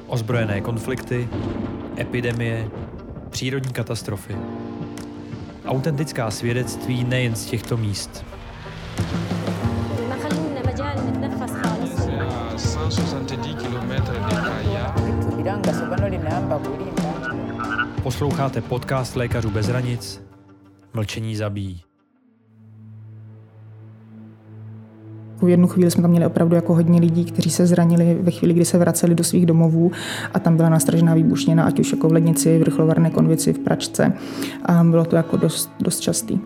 Ozbrojené konflikty, epidemie, přírodní katastrofy. Autentická svědectví nejen z těchto míst. Posloucháte podcast Lékařů bez hranic. Mlčení zabíjí. V jednu chvíli jsme tam měli opravdu jako hodně lidí, kteří se zranili ve chvíli, kdy se vraceli do svých domovů a tam byla nastražená výbušnina, ať už jako v lednici, v rychlovarné konvici, v pračce. A bylo to jako dost častý.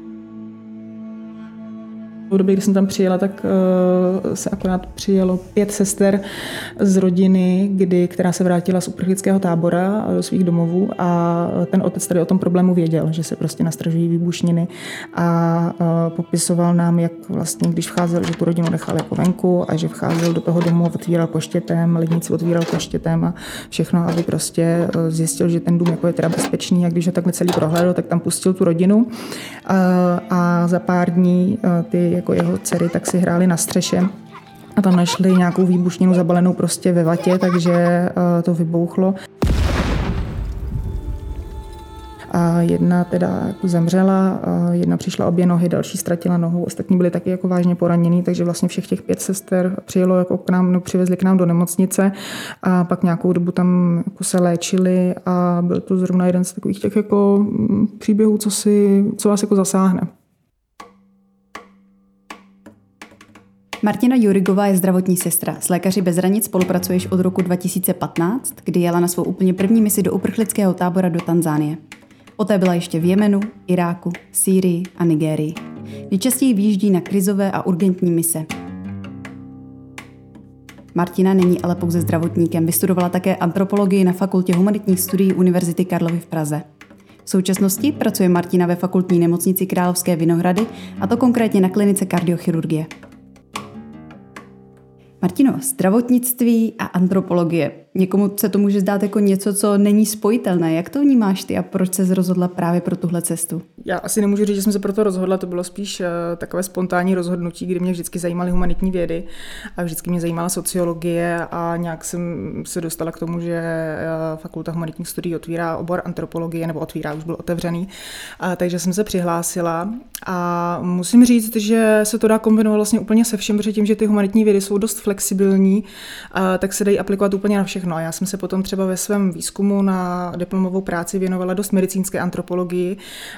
V době, kdy jsem tam přijela, tak se akorát přijelo 5 sester z rodiny, která se vrátila z uprchlického tábora do svých domovů a ten otec tady o tom problému věděl, že se prostě nastražují výbušniny a popisoval nám, jak vlastně, když vcházel, že tu rodinu nechal jako venku a že vcházel do toho domu, otvíral koštětem, lednici otvíral koštětem a všechno, aby prostě zjistil, že ten dům jako je teda bezpečný a když ho takhle celý prohlédl, tak tam pustil tu rodinu a za pár dní ty jako jeho dcery, tak si hráli na střeše a tam našli nějakou výbušninu zabalenou prostě ve vatě, takže to vybouchlo. A jedna teda jako zemřela, jedna přišla obě nohy, další ztratila nohu, ostatní byli taky jako vážně poranění, takže vlastně všech těch 5 sester přijelo jako k nám, no, přivezli k nám do nemocnice a pak nějakou dobu tam jako se léčili a byl to zrovna jeden z takových těch jako příběhů, co vás jako zasáhne. Martina Jurigová je zdravotní sestra. S Lékaři bez hranic spolupracuješ od roku 2015, kdy jela na svou úplně první misi do uprchlického tábora do Tanzánie. Poté byla ještě v Jemenu, Iráku, Sýrii a Nigérii. Nejčastěji vyjíždí na krizové a urgentní mise. Martina není ale pouze zdravotníkem, vystudovala také antropologii na Fakultě humanitních studií Univerzity Karlovy v Praze. V současnosti pracuje Martina ve fakultní nemocnici Královské Vinohrady, a to konkrétně na klinice kardiochirurgie. Martino, zdravotnictví a antropologie. Někomu se to může zdát jako něco, co není spojitelné. Jak to vnímáš ty a proč ses rozhodla právě pro tuhle cestu? Já asi nemůžu říct, že jsem se pro to rozhodla, to bylo spíš takové spontánní rozhodnutí, kdy mě vždycky zajímaly humanitní vědy a vždycky mě zajímala sociologie a nějak jsem se dostala k tomu, že Fakulta humanitních studií otvírá obor antropologie, nebo otvírá, už byl otevřený, takže jsem se přihlásila a musím říct, že se to dá kombinovat vlastně úplně se všem, protože tím, že ty humanitní vědy jsou dost flexibilní, tak se dají aplikovat úplně na všechno. A já jsem se potom třeba ve svém výzkumu na diplomovou práci věnovala dost medicínské antropologii,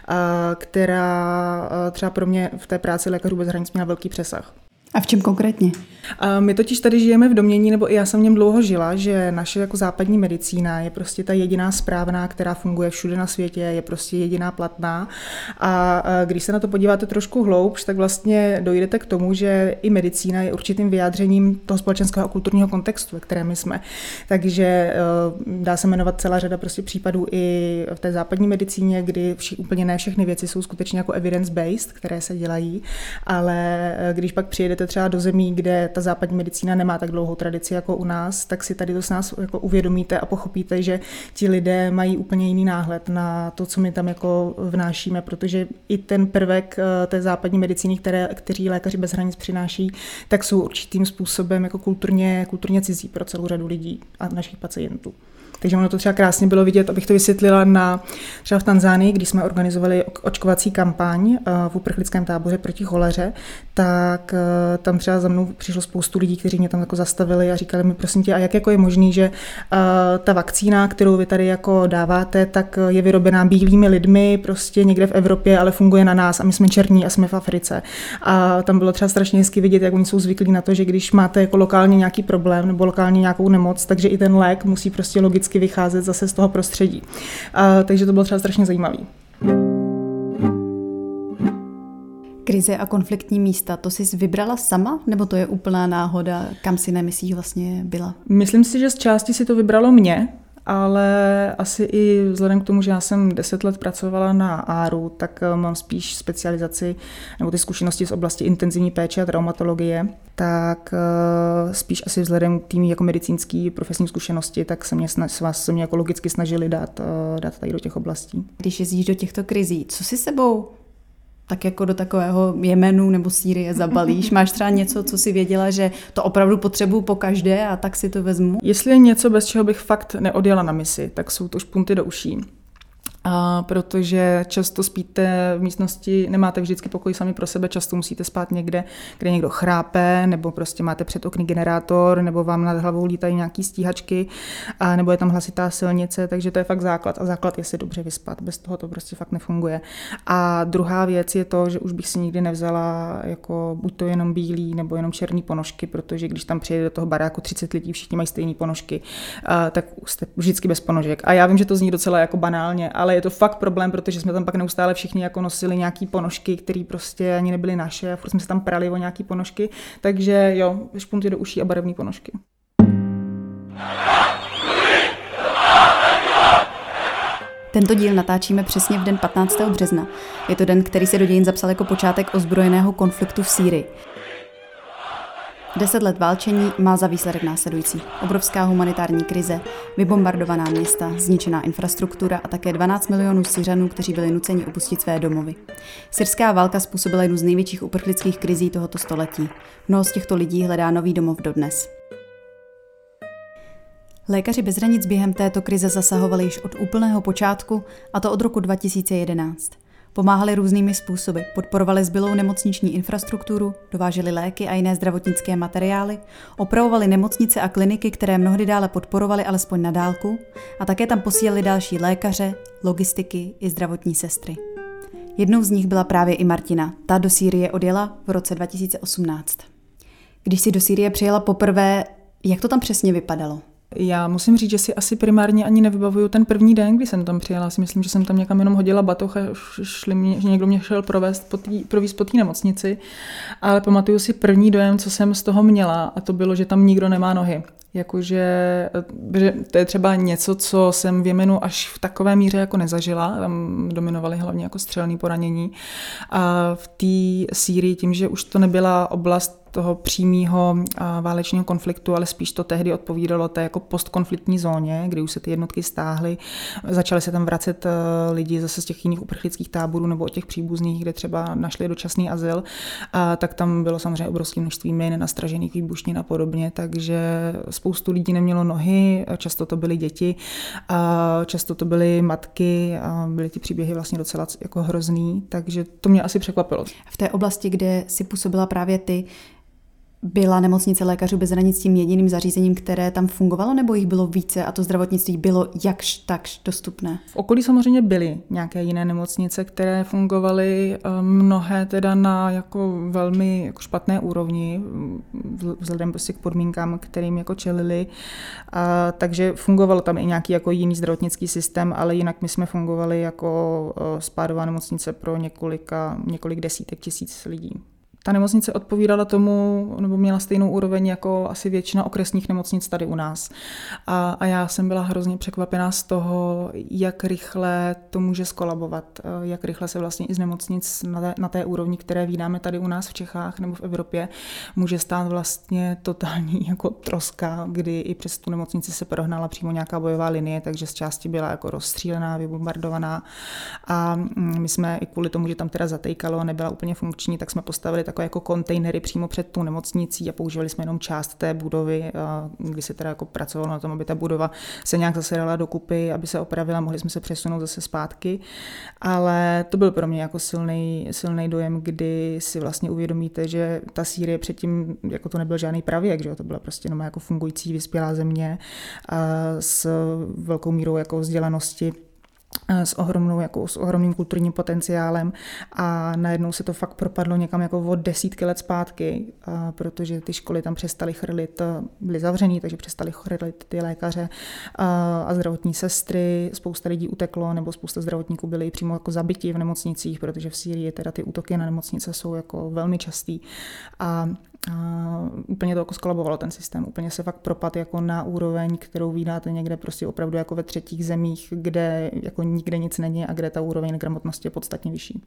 která třeba pro mě v té práci Lékařů bez hranic měla velký přesah. A v čem konkrétně? My totiž tady žijeme v domnění, nebo i já jsem v něm dlouho žila, že naše jako západní medicína je prostě ta jediná správná, která funguje všude na světě, je prostě jediná platná. A když se na to podíváte trošku hloubš, tak vlastně dojdete k tomu, že i medicína je určitým vyjádřením toho společenského a kulturního kontextu, ve kterém my jsme. Takže dá se jmenovat celá řada prostě případů i v té západní medicíně, kdy úplně ne všechny věci jsou skutečně jako evidence-based, které se dělají, ale když pak přijedete třeba do zemí, kde ta západní medicína nemá tak dlouhou tradici jako u nás, tak si tady to s nás jako uvědomíte a pochopíte, že ti lidé mají úplně jiný náhled na to, co my tam jako vnášíme, protože i ten prvek té západní medicíny, kteří Lékaři bez hranic přináší, tak jsou určitým způsobem jako kulturně cizí pro celou řadu lidí a našich pacientů. Takže ono to třeba krásně bylo vidět, abych to vysvětlila třeba v Tanzánii, když jsme organizovali očkovací kampaň v uprchlickém táboře proti choleře, tak tam třeba za mnou přišlo spoustu lidí, kteří mě tam jako zastavili a říkali mi, prosím tě, a jak jako je možný, že ta vakcína, kterou vy tady jako dáváte, tak je vyrobená bílými lidmi prostě někde v Evropě, ale funguje na nás a my jsme černí a jsme v Africe. A tam bylo třeba strašně hezky vidět, jak oni jsou zvyklí na to, že když máte jako lokálně nějaký problém nebo lokálně nějakou nemoc, takže i ten lék musí prostě logicky vycházet zase z toho prostředí. Takže to bylo třeba strašně zajímavý. Krize a konfliktní místa, to jsi vybrala sama, nebo to je úplná náhoda, kam si na misích vlastně byla? Myslím si, že z části si to vybralo mě, ale asi i vzhledem k tomu, že já jsem 10 let pracovala na ARU, tak mám spíš specializaci nebo ty zkušenosti z oblasti intenzivní péče a traumatologie, tak spíš asi vzhledem k tým jako medicínský profesní zkušenosti, tak se mě jako logicky snažili dát tady do těch oblastí. Když jezdíš do těchto krizí, co si sebou tak jako do takového Jemenu nebo Sýrie zabalíš? Máš třeba něco, co si věděla, že to opravdu potřebuju po každé a tak si to vezmu? Jestli je něco, bez čeho bych fakt neodjela na misi, tak jsou to špunty do uší. Protože často spíte v místnosti, nemáte vždycky pokoj sami pro sebe, často musíte spát někde, kde někdo chrápe, nebo prostě máte před okny generátor, nebo vám nad hlavou lítají nějaký stíhačky, nebo je tam hlasitá silnice, takže to je fakt základ. A základ je si dobře vyspat, bez toho to prostě fakt nefunguje. A druhá věc je to, že už bych si nikdy nevzala jako buď to jenom bílý, nebo jenom černý ponožky, protože když tam přijde do toho baráku 30 lidí, všichni mají stejné ponožky, tak jste vždycky bez ponožek. A já vím, že to zní docela jako banálně, ale je to fakt problém, protože jsme tam pak neustále všichni jako nosili nějaký ponožky, které prostě ani nebyly naše, a furt jsme se tam prali o nějaký ponožky, takže jo, špunty do uší a barevné ponožky. Tento díl natáčíme přesně v den 15. března. Je to den, který se do dějin zapsal jako počátek ozbrojeného konfliktu v Sýrii. 10 let válčení má za výsledek následující. Obrovská humanitární krize, vybombardovaná města, zničená infrastruktura a také 12 milionů Syřanů, kteří byli nuceni opustit své domovy. Syrská válka způsobila jednu z největších uprchlických krizí tohoto století. Mnoho z těchto lidí hledá nový domov dodnes. Lékaři bez hranic během této krize zasahovali již od úplného počátku, a to od roku 2011. Pomáhali různými způsoby, podporovali zbylou nemocniční infrastrukturu, dováželi léky a jiné zdravotnické materiály, opravovali nemocnice a kliniky, které mnohdy dále podporovali alespoň na dálku, a také tam posílali další lékaře, logistiky i zdravotní sestry. Jednou z nich byla právě i Martina. Ta do Sýrie odjela v roce 2018. Když si do Sýrie přijela poprvé, jak to tam přesně vypadalo? Já musím říct, že si asi primárně ani nevybavuju ten první den, kdy jsem tam přijela. Si myslím, že jsem tam někam jenom hodila batoh a že někdo mě šel provízt po té nemocnici. Ale pamatuju si první dojem, co jsem z toho měla, a to bylo, že tam nikdo nemá nohy. Jakože to je třeba něco, co jsem v Jemenu až v takové míře jako nezažila. Tam dominovaly hlavně jako střelné poranění. A v té Sýrii tím, že už to nebyla oblast toho přímého válečného konfliktu, ale spíš to tehdy odpovídalo té jako postkonfliktní zóně, kdy už se ty jednotky stáhly. Začaly se tam vracet lidi zase z těch jiných uprchlických táborů nebo od těch příbuzných, kde třeba našli dočasný azyl, tak tam bylo samozřejmě obrovské množství min, nastražených výbušnin a podobně, takže spoustu lidí nemělo nohy, často to byly děti, často to byly matky a byly ty příběhy vlastně docela jako hrozný, takže to mě asi překvapilo. V té oblasti, kde si působila právě ty, byla nemocnice Lékařů bez hranic tím jediným zařízením, které tam fungovalo, nebo jich bylo více a to zdravotnictví bylo jakž takž dostupné? V okolí samozřejmě byly nějaké jiné nemocnice, které fungovaly, mnohé teda na jako velmi jako špatné úrovni, vzhledem prostě k podmínkám, kterým jako čelili. Takže fungovalo tam i nějaký jako jiný zdravotnický systém, ale jinak my jsme fungovali jako spádová nemocnice pro několik desítek tisíc lidí. Ta nemocnice odpovídala tomu, nebo měla stejnou úroveň jako asi většina okresních nemocnic tady u nás. A já jsem byla hrozně překvapená z toho, jak rychle to může skolabovat, jak rychle se vlastně i z nemocnic na té úrovni, které vídáme tady u nás v Čechách nebo v Evropě, může stát vlastně totální jako troska, kdy i přes tu nemocnici se prohnala přímo nějaká bojová linie, takže z části byla jako rozstřílená, vybombardovaná. A my jsme i kvůli tomu, že tam teda zatejkalo a nebyla úplně funkční, tak jsme postavili takové jako kontejnery přímo před tu nemocnicí a používali jsme jenom část té budovy, kdy se teda jako pracovalo na tom, aby ta budova se nějak zase dala dokupy, aby se opravila, mohli jsme se přesunout zase zpátky. Ale to byl pro mě jako silný dojem, kdy si vlastně uvědomíte, že ta Sýrie předtím, jako to nebyl žádný pravěk, že to byla prostě jenom jako fungující vyspělá země s velkou mírou jako vzdělanosti, s ohromným kulturním potenciálem a najednou se to fakt propadlo někam jako o desítky let zpátky, protože ty školy tam přestaly chrlit, byly zavřený, takže přestaly chrlit ty lékaře a zdravotní sestry, spousta lidí uteklo, nebo spousta zdravotníků byli přímo jako zabiti v nemocnicích, protože v Sýrii teda ty útoky na nemocnice jsou jako velmi častý a úplně to jako skolabovalo ten systém, úplně se fakt propad jako na úroveň, kterou vídáte někde prostě opravdu jako ve třetích zemích, kde jako nikde nic není a kde ta úroveň gramotnosti je podstatně vyšší.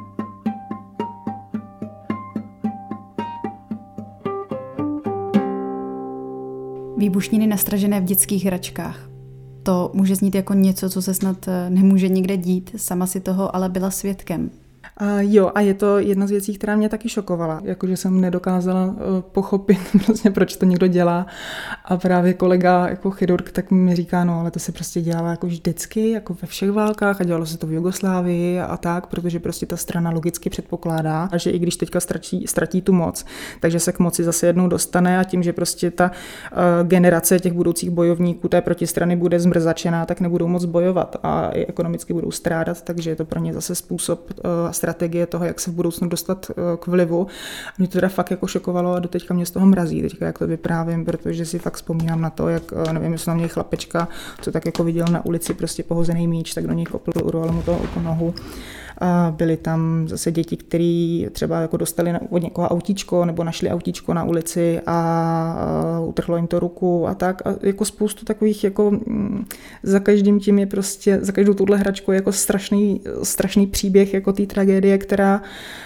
Výbušniny nastražené v dětských hračkách. To může znít jako něco, co se snad nemůže nikde dít, sama si toho ale byla svědkem. Jo, a je to jedna z věcí, která mě taky šokovala. Jakože jsem nedokázala pochopit, prostě, proč to někdo dělá. A právě kolega jako chirurg tak mi říká, no ale to se prostě dělá jako vždycky, jako ve všech válkách a dělalo se to v Jugoslávii a tak, protože prostě ta strana logicky předpokládá, že i když teďka ztratí tu moc, takže se k moci zase jednou dostane a tím, že prostě ta generace těch budoucích bojovníků té protistrany bude zmrzačená, tak nebudou moc bojovat a i ekonomicky budou strádat, takže je to pro ně zase způsob strategie toho, jak se v budoucnu dostat k vlivu. Mě to teda fakt jako šokovalo a doteďka mě z toho mrazí, teďka jak to vyprávím, protože si fakt vzpomínám na to, jak, nevím, jestli na mě chlapečka, co tak jako viděl na ulici prostě pohozený míč, tak do něj kopl, urval mu to jako nohu. A byly tam zase děti, které třeba jako dostali od někoho autíčko nebo našli autíčko na ulici a utrhlo jim to ruku a tak. A jako spoustu takových, jako za každým tím je prostě, za každou tuhle hračkou je jako strašný příběh jako té tragédie, která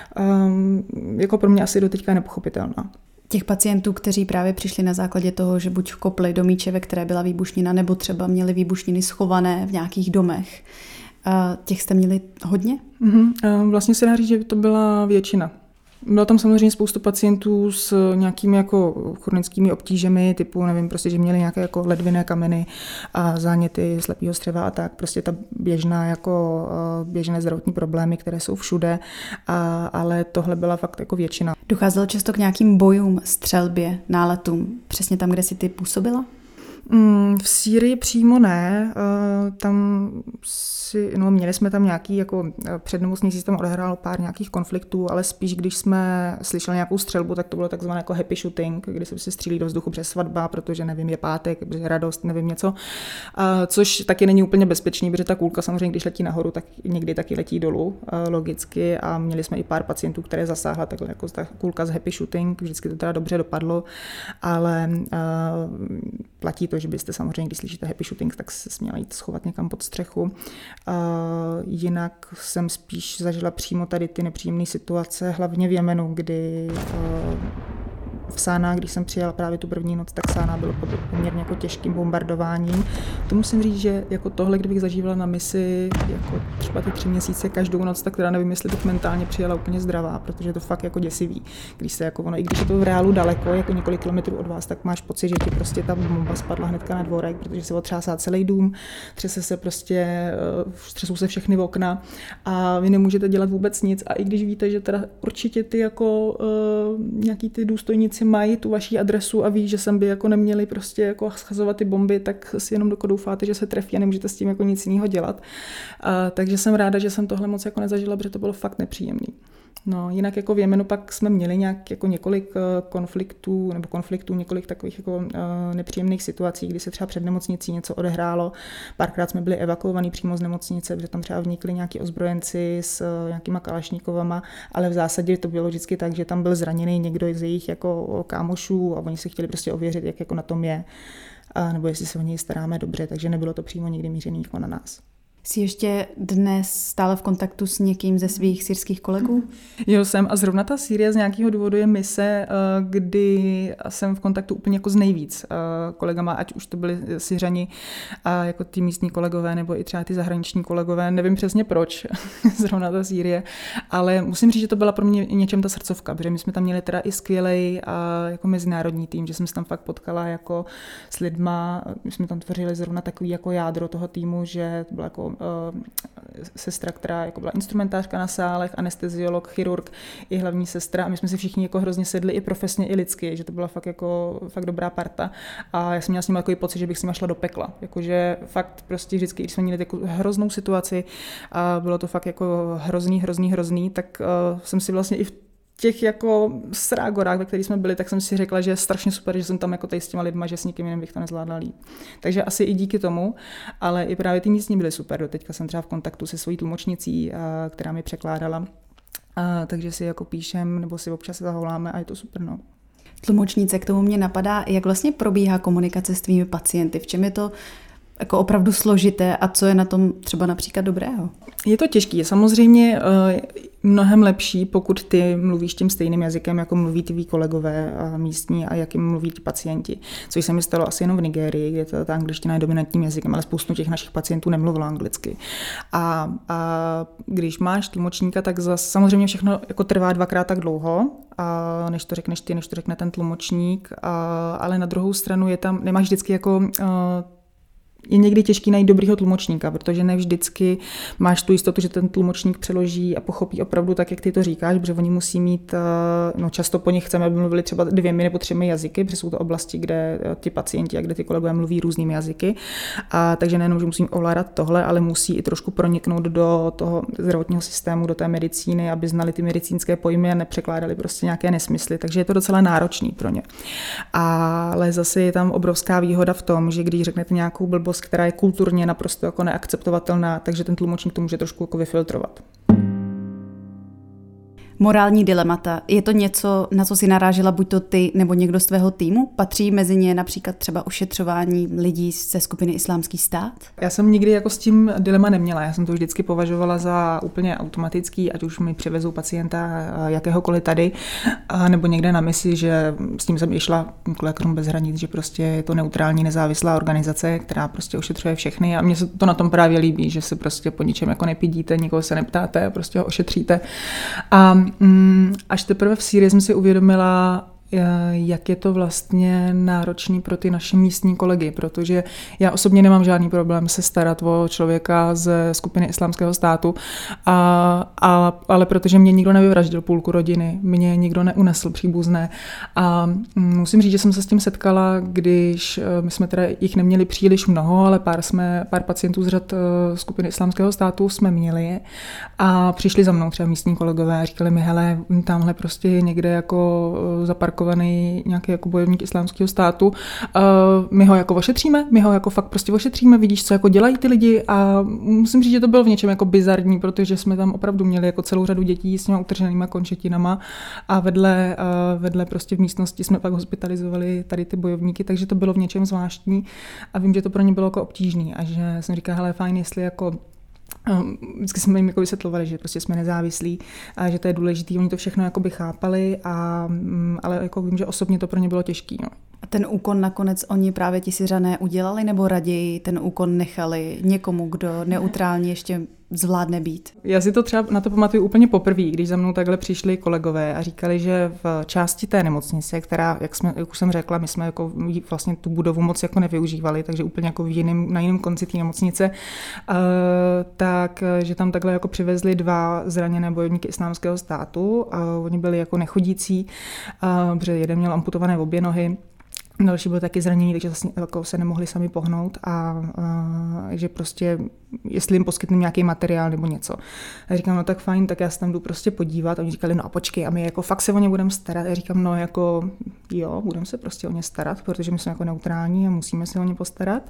jako pro mě asi doteďka je nepochopitelná. Těch pacientů, kteří právě přišli na základě toho, že buď kopli do míče, ve které byla výbušnina, nebo třeba měli výbušniny schované v nějakých domech. Těch jste měli hodně? Vlastně se dá říct, že to byla většina. Bylo tam samozřejmě spoustu pacientů s nějakými jako chronickými obtížemi, typu, nevím, prostě, že měli nějaké jako ledviné kameny a záněty slepého střeva a tak, prostě ta běžné zdravotní problémy, které jsou všude, ale tohle byla fakt jako většina. Docházelo často k nějakým bojům, střelbě, náletům, přesně tam, kde si ty působila? V Sýrii přímo ne, tam měli jsme tam nějaký, jako přednemocnici se tam odehrálo pár nějakých konfliktů, ale spíš, když jsme slyšeli nějakou střelbu, tak to bylo takzvané jako happy shooting, kdy se prostě střílí do vzduchu přes svatba, protože nevím, je pátek, radost, nevím něco, což taky není úplně bezpečný, protože ta kulka samozřejmě, když letí nahoru, tak někdy taky letí dolů, logicky, a měli jsme i pár pacientů, které zasáhla takhle jako ta kulka z happy shooting, vždycky to teda dobře dopadlo, ale platí to, že byste samozřejmě, když slyšíte happy shooting, tak se směla jít schovat někam pod střechu. Jinak jsem spíš zažila přímo tady ty nepříjemné situace, hlavně v Jemenu, kdy v Sána, když jsem přijela právě tu první noc, tak Sána bylo pod poměrně jako těžkým bombardováním. To musím říct, že jako tohle, kdybych zažívala na misi jako třeba ty 3 měsíce každou noc, tak teda nevím, jestli bych mentálně přijela úplně zdravá, protože je to fakt jako děsivý. Když se jako ono, i když je to v reálu daleko, jako několik kilometrů od vás, tak máš pocit, že ti prostě ta bomba spadla hnedka na dvorek, protože se otřásá celý dům, třesou se všechny okna a vy nemůžete dělat vůbec nic. A i když víte, že teda určitě ty jako nějaký ty důstojníci mají tu vaši adresu a ví, že sem by jako neměli prostě jako schazovat ty bomby, tak si jenom doufáte, že se trefí a nemůžete s tím jako nic jiného dělat. Takže jsem ráda, že jsem tohle moc jako nezažila, protože to bylo fakt nepříjemný. No, jinak jako v Jemenu pak jsme měli několik konfliktů, několik takových jako nepříjemných situací, kdy se třeba před nemocnicí něco odehrálo. Párkrát jsme byli evakuovaní přímo z nemocnice, protože tam třeba vnikli nějaký ozbrojenci s nějakýma kalašníkovama, ale v zásadě to bylo vždycky tak, že tam byl zraněný někdo z jejich jako kámošů a oni si chtěli prostě ověřit, jak jako na tom je, nebo jestli se o něj staráme dobře, takže nebylo to přímo nikdy mířený jako na nás. Jsi ještě dnes stále v kontaktu s někým ze svých syrských kolegů? Jo, jsem a zrovna ta Sýrie z nějakého důvodu je mise, kdy jsem v kontaktu úplně jako z nejvíc kolegama, ať už to byli Syřani a jako ty místní kolegové nebo i třeba ty zahraniční kolegové, nevím přesně proč, zrovna ta Sýrie, ale musím říct, že to byla pro mě něčem ta srdcovka, protože my jsme tam měli teda i skvělej jako mezinárodní tým, že jsem se tam fakt potkala jako s lidma, my jsme tam tvořili zrovna takový jako jádro toho týmu, že to byla jako sestra, která jako byla instrumentářka na sálech, anesteziolog, chirurg i hlavní sestra a my jsme si všichni jako hrozně sedli i profesně, i lidsky, že to byla fakt dobrá parta a já jsem měla s nimi takový pocit, že bych s nimi šla do pekla, jakože fakt prostě vždycky, když jsme měli takovou hroznou situaci a bylo to fakt jako hrozný, tak jsem si vlastně i v těch jako srágorách, ve kterých jsme byli, tak jsem si řekla, že je strašně super, že jsem tam jako tady s těma lidma, že s nikým jiným bych to nezvládla líp. Takže asi i díky tomu, ale i právě ty místní byly super. Doteďka jsem třeba v kontaktu se svojí tlumočnicí, která mi překládala, takže si jako píšem nebo si občas zavoláme a je to super, no. Tlumočnice, k tomu mě napadá, jak vlastně probíhá komunikace s tvými pacienty, v čem je to jako opravdu složité a co je na tom třeba například dobrého? Je to těžký. Samozřejmě mnohem lepší, pokud ty mluvíš tím stejným jazykem, jako mluví tví kolegové místní a jakým mluví ti pacienti. Což se mi stalo asi jenom v Nigérii, kde ta angličtina je dominantním jazykem, ale spoustu těch našich pacientů nemluvilo anglicky. A když máš tlumočníka, tak samozřejmě všechno jako trvá 2x tak dlouho, než to řekneš ty, než to řekne ten tlumočník, ale na druhou stranu nemáš vždycky jako je někdy těžký najít dobrýho tlumočníka, protože ne vždycky máš tu jistotu, že ten tlumočník přeloží a pochopí opravdu tak, jak ty to říkáš, protože oni musí mít, často po nich chceme, aby mluvili třeba 2 nebo 3 jazyky, protože jsou to oblasti, kde ty pacienti a kde ty kolegové mluví různými jazyky. Takže nejenom, že musí ovládat tohle, ale musí i trošku proniknout do toho zdravotního systému, do té medicíny, aby znali ty medicínské pojmy a nepřekládali prostě nějaké nesmysly. Takže je to docela náročný pro ně. Ale zase je tam obrovská výhoda v tom, že když řeknete nějakou blbost, která je kulturně naprosto jako neakceptovatelná, takže ten tlumočník to může trošku jako vyfiltrovat. Morální dilemata. Je to něco, na co si narážela buď to ty nebo někdo z tvého týmu? Patří mezi ně například třeba ošetřování lidí ze skupiny Islámský stát? Já jsem nikdy jako s tím dilema neměla. Já jsem to vždycky považovala za úplně automatický, ať už mi přivezou pacienta jakéhokoliv tady, nebo někde na misi, že s tím jsem i šla k Lékařům bez hranic, že prostě je to neutrální nezávislá organizace, která prostě ošetřuje všechny a mně se to na tom právě líbí, že se prostě po ničem jako nepidíte, nikoho se neptáte a prostě ho ošetříte. A až teprve v Sýrii jsem si uvědomila, jak je to vlastně náročný pro ty naše místní kolegy, protože já osobně nemám žádný problém se starat o člověka ze skupiny Islámského státu, ale protože mě nikdo nevyvraždil půlku rodiny, mě nikdo neunesl příbuzné a musím říct, že jsem se s tím setkala, když my jsme teda jich neměli příliš mnoho, ale pár pacientů z řad skupiny Islámského státu jsme měli a přišli za mnou třeba místní kolegové a říkali mi, hele, tamhle prostě je někde jako zaparkovaný nějaký jako bojovník Islámského státu. My ho jako ošetříme, my ho jako fakt prostě ošetříme, vidíš, co jako dělají ty lidi a musím říct, že to bylo v něčem jako bizarní, protože jsme tam opravdu měli jako celou řadu dětí s těma utrženýma končetinama a vedle prostě v místnosti jsme pak hospitalizovali tady ty bojovníky, takže to bylo v něčem zvláštní a vím, že to pro ně bylo jako obtížný a že jsem říkala, hele, fajn, jestli jako vždycky jsme jim jako vysvětlovali, že prostě jsme nezávislí a že to je důležitý, oni to všechno jakoby chápali, ale jako vím, že osobně to pro ně bylo těžký. No. A ten úkon nakonec oni právě ti Syřané udělali nebo raději ten úkon nechali někomu, kdo neutrálně ještě zvládne být? Já si to třeba na to pamatuju úplně poprvé, když za mnou takhle přišli kolegové a říkali, že v části té nemocnice, která, jak už jsem řekla, my jsme jako vlastně tu budovu moc jako nevyužívali, takže úplně jako na jiném konci té nemocnice, tak, že tam takhle jako přivezli 2 zraněné bojovníky Islámského státu a oni byli jako nechodící, protože jeden měl amputované obě nohy, další byl taky zraněný, takže vlastně jako se nemohli sami pohnout a že prostě, jestli jim poskytneme nějaký materiál nebo něco. A říkám, no tak fajn, tak já se tam jdu prostě podívat. A oni říkali, no a počkej, a my jako fakt se o ně budeme starat. A já říkám, no jako jo, budeme se prostě o ně starat, protože my jsme jako neutrální a musíme se o ně postarat.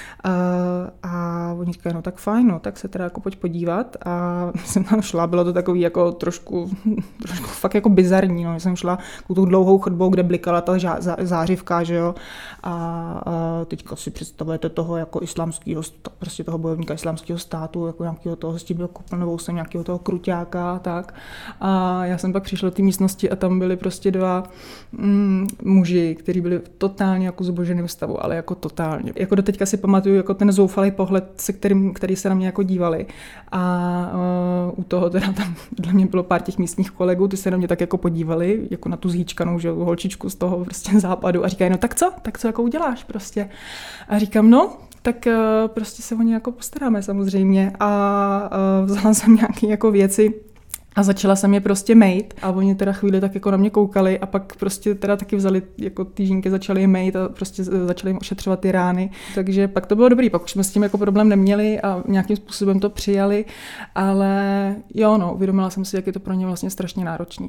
A oni říkají, no tak fajn, no tak se teda jako pojď podívat. A jsem tam šla, bylo to takový jako trošku fakt jako bizarní, no. Jsem šla tou dlouhou chodbou, kde blikala ta zářivka, že jo. A teďka si představujete toho jako islámského, prostě toho bojovníka Islámského státu, jako nějakého toho, s tím byl koplnovou jsem nějakého toho kruťáka a tak. A já jsem pak přišla do té místnosti a tam byli prostě 2 muži, kteří byli totálně jako zboženým stavu, ale jako totálně. Jako doteďka si pamatuju jako ten zoufalý pohled, který se na mě jako dívali. A u toho teda tam dla mě bylo pár těch místních kolegů, ty se na mě tak jako podívali, jako na tu zhýčkanou, že holčičku z toho prostě západu a říkají, no tak co jako uděláš prostě. A říkám, no, tak prostě se o ně jako postaráme samozřejmě. A vzala jsem nějaké jako věci a začala jsem je prostě mejt a oni teda chvíli tak jako na mě koukali a pak prostě teda taky vzali, jako ty žínky začaly je mejt a prostě začaly jim ošetřovat ty rány. Takže pak to bylo dobrý, pak už jsme s tím jako problém neměli a nějakým způsobem to přijali, ale jo, no, uvědomila jsem si, jak je to pro ně vlastně strašně náročný.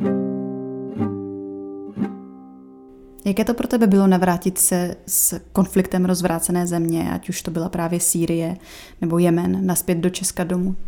Jaké to pro tebe bylo navrátit se s konfliktem rozvrácené země, ať už to byla právě Sýrie nebo Jemen, nazpět do Česka domů?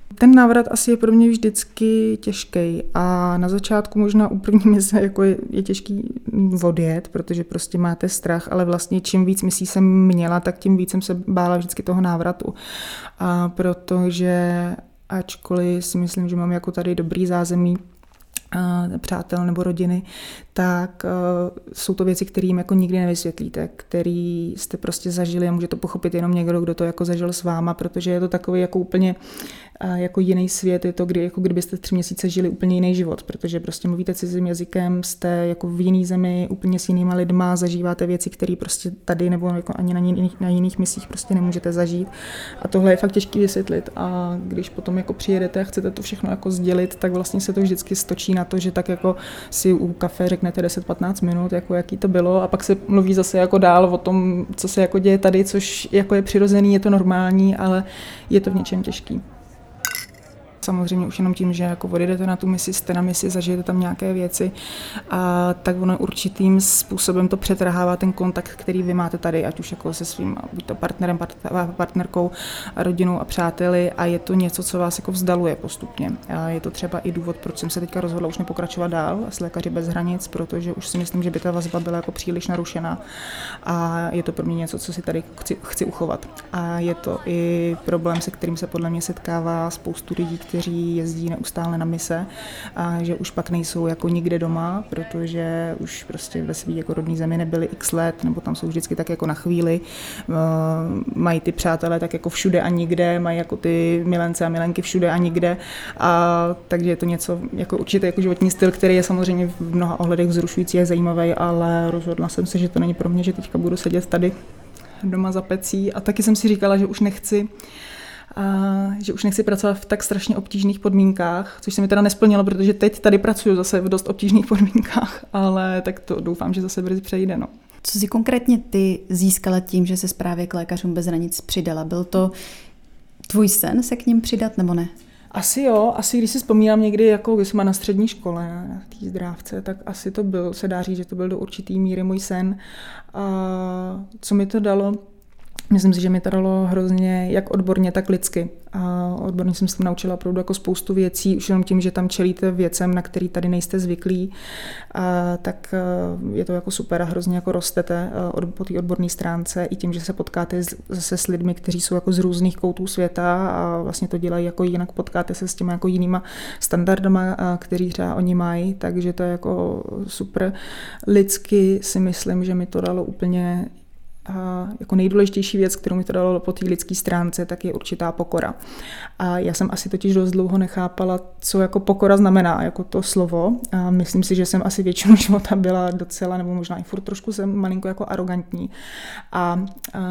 Ten návrat asi je pro mě vždycky těžký a na začátku možná u první mise jako je těžký odjet, protože prostě máte strach, ale vlastně čím víc misí jsem měla, tak tím víc jsem se bála vždycky toho návratu. A protože ačkoliv si myslím, že mám jako tady dobrý zázemí, přátel nebo rodiny, tak jsou to věci, které jim jako nikdy nevysvětlíte, který jste prostě zažili a může to pochopit jenom někdo, kdo to jako zažil s váma, protože je to takový jako úplně jako jiný svět, je to jako kdybyste 3 měsíce žili úplně jiný život, protože prostě mluvíte cizím jazykem, jste jako v jiný zemi, úplně s jinýma lidma, zažíváte věci, které prostě tady nebo jako ani na jiných misích prostě nemůžete zažít. A tohle je fakt těžký vysvětlit. A když potom jako přijedete a chcete to všechno jako sdělit, tak vlastně se to vždycky stočí na to, že tak jako si u kafe řeknete 10-15 minut, jako jaký to bylo, a pak se mluví zase jako dál o tom, co se jako děje tady, což jako je přirozený, je to normální, ale je to v něčem těžký. Samozřejmě už jenom tím, že jako odjedete na tu misi, jste na misi, zažijete tam nějaké věci, a tak ono určitým způsobem to přetrhává ten kontakt, který vy máte tady, ať už jako se svým buď to partnerem, partnerkou, rodinou a přáteli, a je to něco, co vás jako vzdaluje postupně. A je to třeba i důvod, proč jsem se teďka rozhodla už nepokračovat dál s Lékaři bez hranic, protože už si myslím, že by ta vazba byla jako příliš narušená a je to pro mě něco, co si tady chci uchovat. A je to i problém, se kterým se podle mě setkává spoustu lidí, kteří jezdí neustále na mise, a že už pak nejsou jako nikde doma, protože už prostě ve svý jako rodný zemi nebyli x let, nebo tam jsou vždycky tak jako na chvíli, mají ty přátelé tak jako všude a nikde, mají jako ty milence a milenky všude a nikde, a takže je to něco jako určitě jako životní styl, který je samozřejmě v mnoha ohledech vzrušující a zajímavý, ale rozhodla jsem se, že to není pro mě, že teďka budu sedět tady doma za pecí, a taky jsem si říkala, že už nechci pracovat v tak strašně obtížných podmínkách, což se mi teda nesplnilo, protože teď tady pracuji zase v dost obtížných podmínkách, ale tak to doufám, že zase brzy přejde. No. Co si konkrétně ty získala tím, že se právě k Lékařům bez hranic přidala? Byl to tvůj sen se k ním přidat, nebo ne? Asi jo, když si vzpomínám někdy, jako když jsem na střední škole, na té Zdrávce, tak asi to byl, se dá říct, že to byl do určitý míry můj sen. A co mi to dalo? Myslím si, že mi to dalo hrozně jak odborně, tak lidsky. A odborně jsem se tam naučila opravdu jako spoustu věcí, už jenom tím, že tam čelíte věcem, na který tady nejste zvyklí, tak je to jako super a hrozně jako rostete po té odborné stránce, i tím, že se potkáte zase s lidmi, kteří jsou jako z různých koutů světa a vlastně to dělají jako jinak, potkáte se s těma jako jinýma standardama, kteří třeba oni mají, takže to je jako super. Lidsky si myslím, že mi to dalo úplně. A jako nejdůležitější věc, kterou mi to dalo po té lidské stránce, tak je určitá pokora. A já jsem asi totiž dost dlouho nechápala, co jako pokora znamená, jako to slovo. A myslím si, že jsem asi většinu života byla docela, nebo možná i furt trošku jsem malinko jako arrogantní. A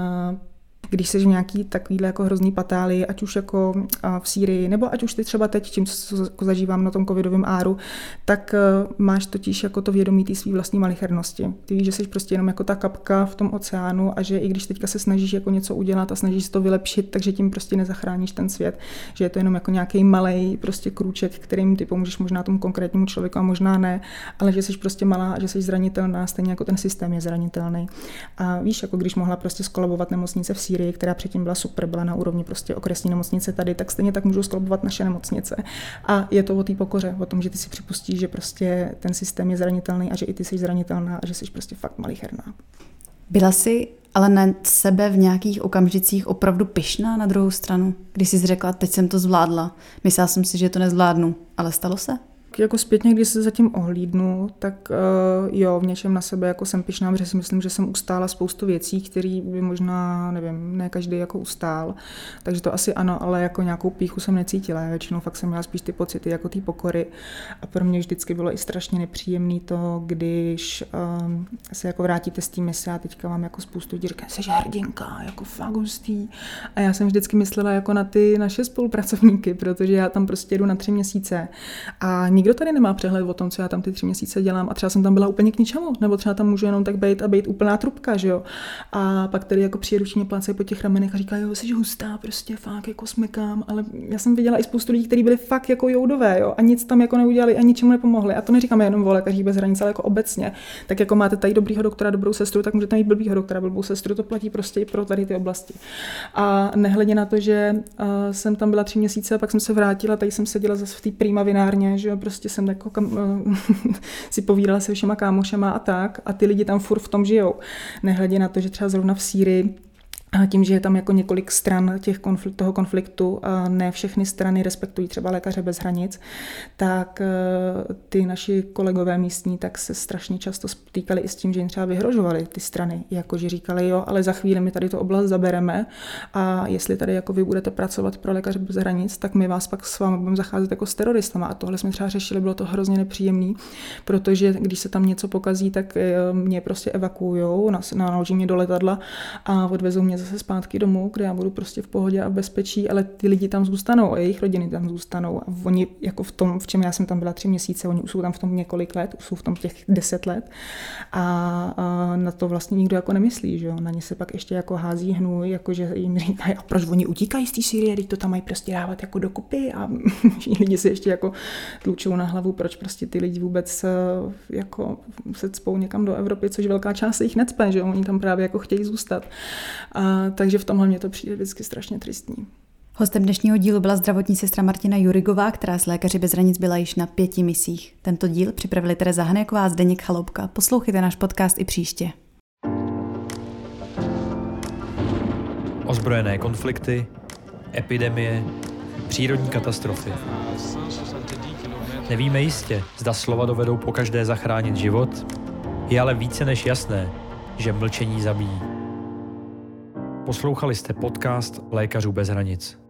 když jsi v nějaký takovýhle jako hrozný patálii, ať už jako v Sýrii, nebo ať už ty třeba teď, tím, co zažívám na tom covidovém áru, tak máš totiž jako to vědomí té svý vlastní malichernosti. Ty víš, že jsi prostě jenom jako ta kapka v tom oceánu a že i když teďka se snažíš jako něco udělat a snažíš to vylepšit, takže tím prostě nezachráníš ten svět, že je to jenom jako nějaký malej prostě krůček, kterým ty pomůžeš možná tomu konkrétnímu člověku a možná ne, ale že jsi prostě malá a že jsi zranitelná, stejně jako ten systém je zranitelný. A víš, jako když mohla prostě skolabovat nemocnice v Sýrii, která předtím byla super, byla na úrovni prostě okresní nemocnice tady, tak stejně tak můžou skolabovat naše nemocnice. A je to o té pokoře, o tom, že ty si připustíš, že prostě ten systém je zranitelný a že i ty jsi zranitelná a že jsi prostě fakt malicherná. Byla jsi ale na sebe v nějakých okamžicích opravdu pyšná na druhou stranu, když jsi řekla, teď jsem to zvládla. Myslela jsem si, že to nezvládnu, ale stalo se? Jako zpětně, když se zatím ohlídnu, tak jo, v něčem na sebe jako jsem pyšná, protože si myslím, že jsem ustála spoustu věcí, které by možná, nevím, ne každý jako ustál. Takže to asi ano, ale jako nějakou pýchu jsem necítila. Většinou fakt jsem měla spíš ty pocity jako té pokory. A pro mě vždycky bylo i strašně nepříjemné to, když se jako vrátíte z té mise a teďka mám jako spoustu lidí, říkají, jsi hrdinka, jako fakt hustý. A já jsem vždycky myslela jako na ty naše spolupracovníky, protože já tam prostě jdu na 3 měsíce a nikdo tady nemá přehled o tom, co já tam ty 3 měsíce dělám a třeba jsem tam byla úplně k ničemu, nebo třeba tam můžu jenom tak být úplná trubka, že jo. A pak tady jako přijde ručně plácají po těch ramenech a říká, jo, jsi hustá, prostě fakt jako smekám, ale já jsem viděla i spoustu lidí, kteří byli fakt jako joudové, jo, a nic tam jako neudělali a ničemu nepomohli. A to neříkáme jenom o Lékařích bez hranic, ale jako obecně. Tak jako máte tady dobrýho doktora, dobrou sestru, tak můžete mít blbýho doktora, blbou sestru, to platí prostě i pro tady ty oblasti. A nehledě na to, že jsem tam byla 3 měsíce a pak jsem se vrátila, tady jsem seděla zase v té Prima vinárně, že jo, prostě jsem jako si povídala se všema kámošema a tak a ty lidi tam furt v tom žijou. Nehledě na to, že třeba zrovna v Sýrii a tím, že je tam jako několik stran toho konfliktu a ne všechny strany respektují třeba Lékaře bez hranic, tak ty naši kolegové místní tak se strašně často stýkali i s tím, že jim třeba vyhrožovali ty strany, jakože říkali, jo, ale za chvíli my tady tu oblast zabereme a jestli tady jako vy budete pracovat pro Lékaře bez hranic, tak my vás pak s vámi budeme zacházet jako s teroristama a tohle jsme třeba řešili, bylo to hrozně nepříjemný, protože když se tam něco pokazí, tak mě prostě evakuujou, naloží mě do letadla a odvezou mě zase zpátky domů, kde já budu prostě v pohodě a v bezpečí, ale ty lidi tam zůstanou a jejich rodiny tam zůstanou a oni jako v tom, v čem já jsem tam byla 3 měsíce, oni už jsou tam v tom několik let, už jsou v tom těch 10 let a na to vlastně nikdo jako nemyslí, že jo, na ně se pak ještě jako hází hnůj, jakože jim říkají, a proč oni utíkají z té Sýrie, teď to tam mají prostě dávat jako dokupy a lidi se ještě jako tlučou na hlavu, proč prostě ty lidi vůbec jako se cpou někam do Evropy, což velká část se jich necpe, že jo, oni tam právě jako chtějí zůstat. Takže v tomhle mě to přijde vždycky strašně tristní. Hostem dnešního dílu byla zdravotní sestra Martina Jurigová, která s Lékaři bez hranic byla již na 5 misích. Tento díl připravili Tereza Hanéková a Zdeněk Chaloupka. Poslouchejte náš podcast i příště. Ozbrojené konflikty, epidemie, přírodní katastrofy. Nevíme jistě, zda slova dovedou pokaždé zachránit život, je ale více než jasné, že mlčení zabíjí. Poslouchali jste podcast Lékařů bez hranic.